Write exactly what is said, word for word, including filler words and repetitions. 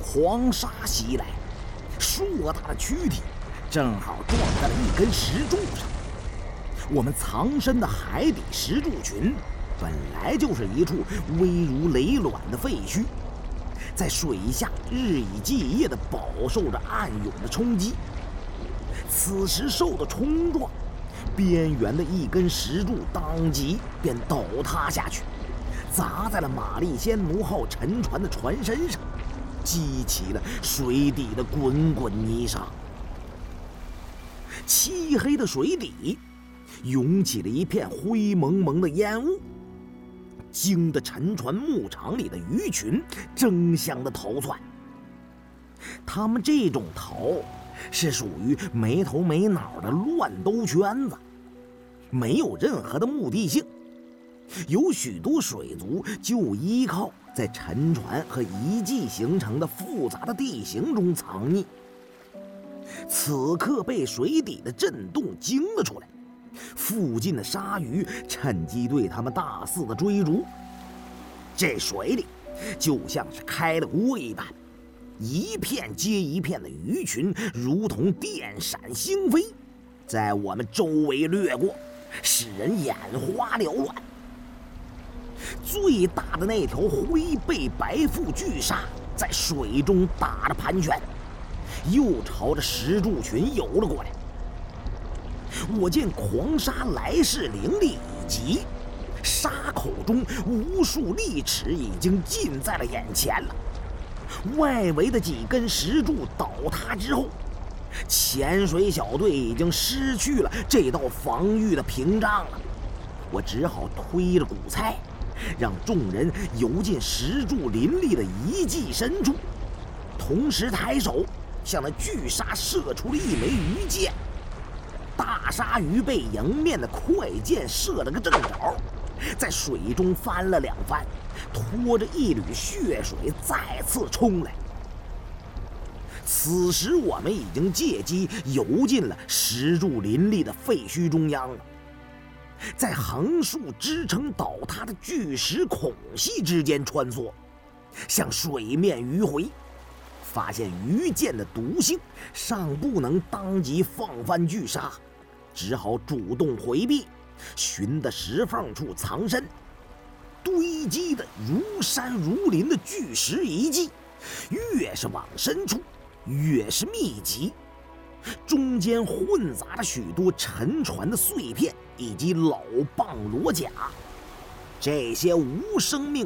狂沙袭来，硕大的躯体正好撞在了一根石柱上。我们藏身的海底石柱群本来就是一处危如累卵的废墟，在水下日以继夜地饱受着暗涌的冲击。此时受到冲撞，边缘的一根石柱当即便倒塌下去，砸在了玛丽仙奴号沉船的船身上，激起了水底的滚滚泥沙。漆黑的水底涌起了一片灰蒙蒙的烟雾，惊得沉船牧场里的鱼群争相的逃窜。他们这种逃是属于没头没脑的乱兜圈子，没有任何的目的性。有许多水族就依靠在沉船和遗迹形成的复杂的地形中藏匿，此刻被水底的震动惊了出来，附近的鲨鱼趁机对他们大肆的追逐。这水里就像是开了锅一般，一片接一片的鱼群如同电闪星飞，在我们周围掠过，使人眼花缭乱。最大的那条灰背白腹巨鲨在水中打着盘旋，又朝着石柱群游了过来。我见狂鲨来势凌厉以及，鲨口中无数利齿已经近在了眼前了。外围的几根石柱倒塌之后，潜水小队已经失去了这道防御的屏障了。我只好推着骨菜，让众人游进石柱林立的遗迹深处，同时抬手向那巨鲨射出了一枚鱼箭。大鲨鱼被迎面的快箭射了个正着，在水中翻了两番，拖着一缕血水再次冲来。此时我们已经借机游进了石柱林立的废墟中央了，在横竖支撑倒塌的巨石孔隙之间穿梭，向水面迂回。发现鱼箭的毒性尚不能当即放翻巨鲨，只好主动回避，寻的石缝处藏身。堆积的如山如林的巨石遗迹，越是往深处越是密集，中间混杂着许多沉船的碎片以及老蚌裸甲。这些无生命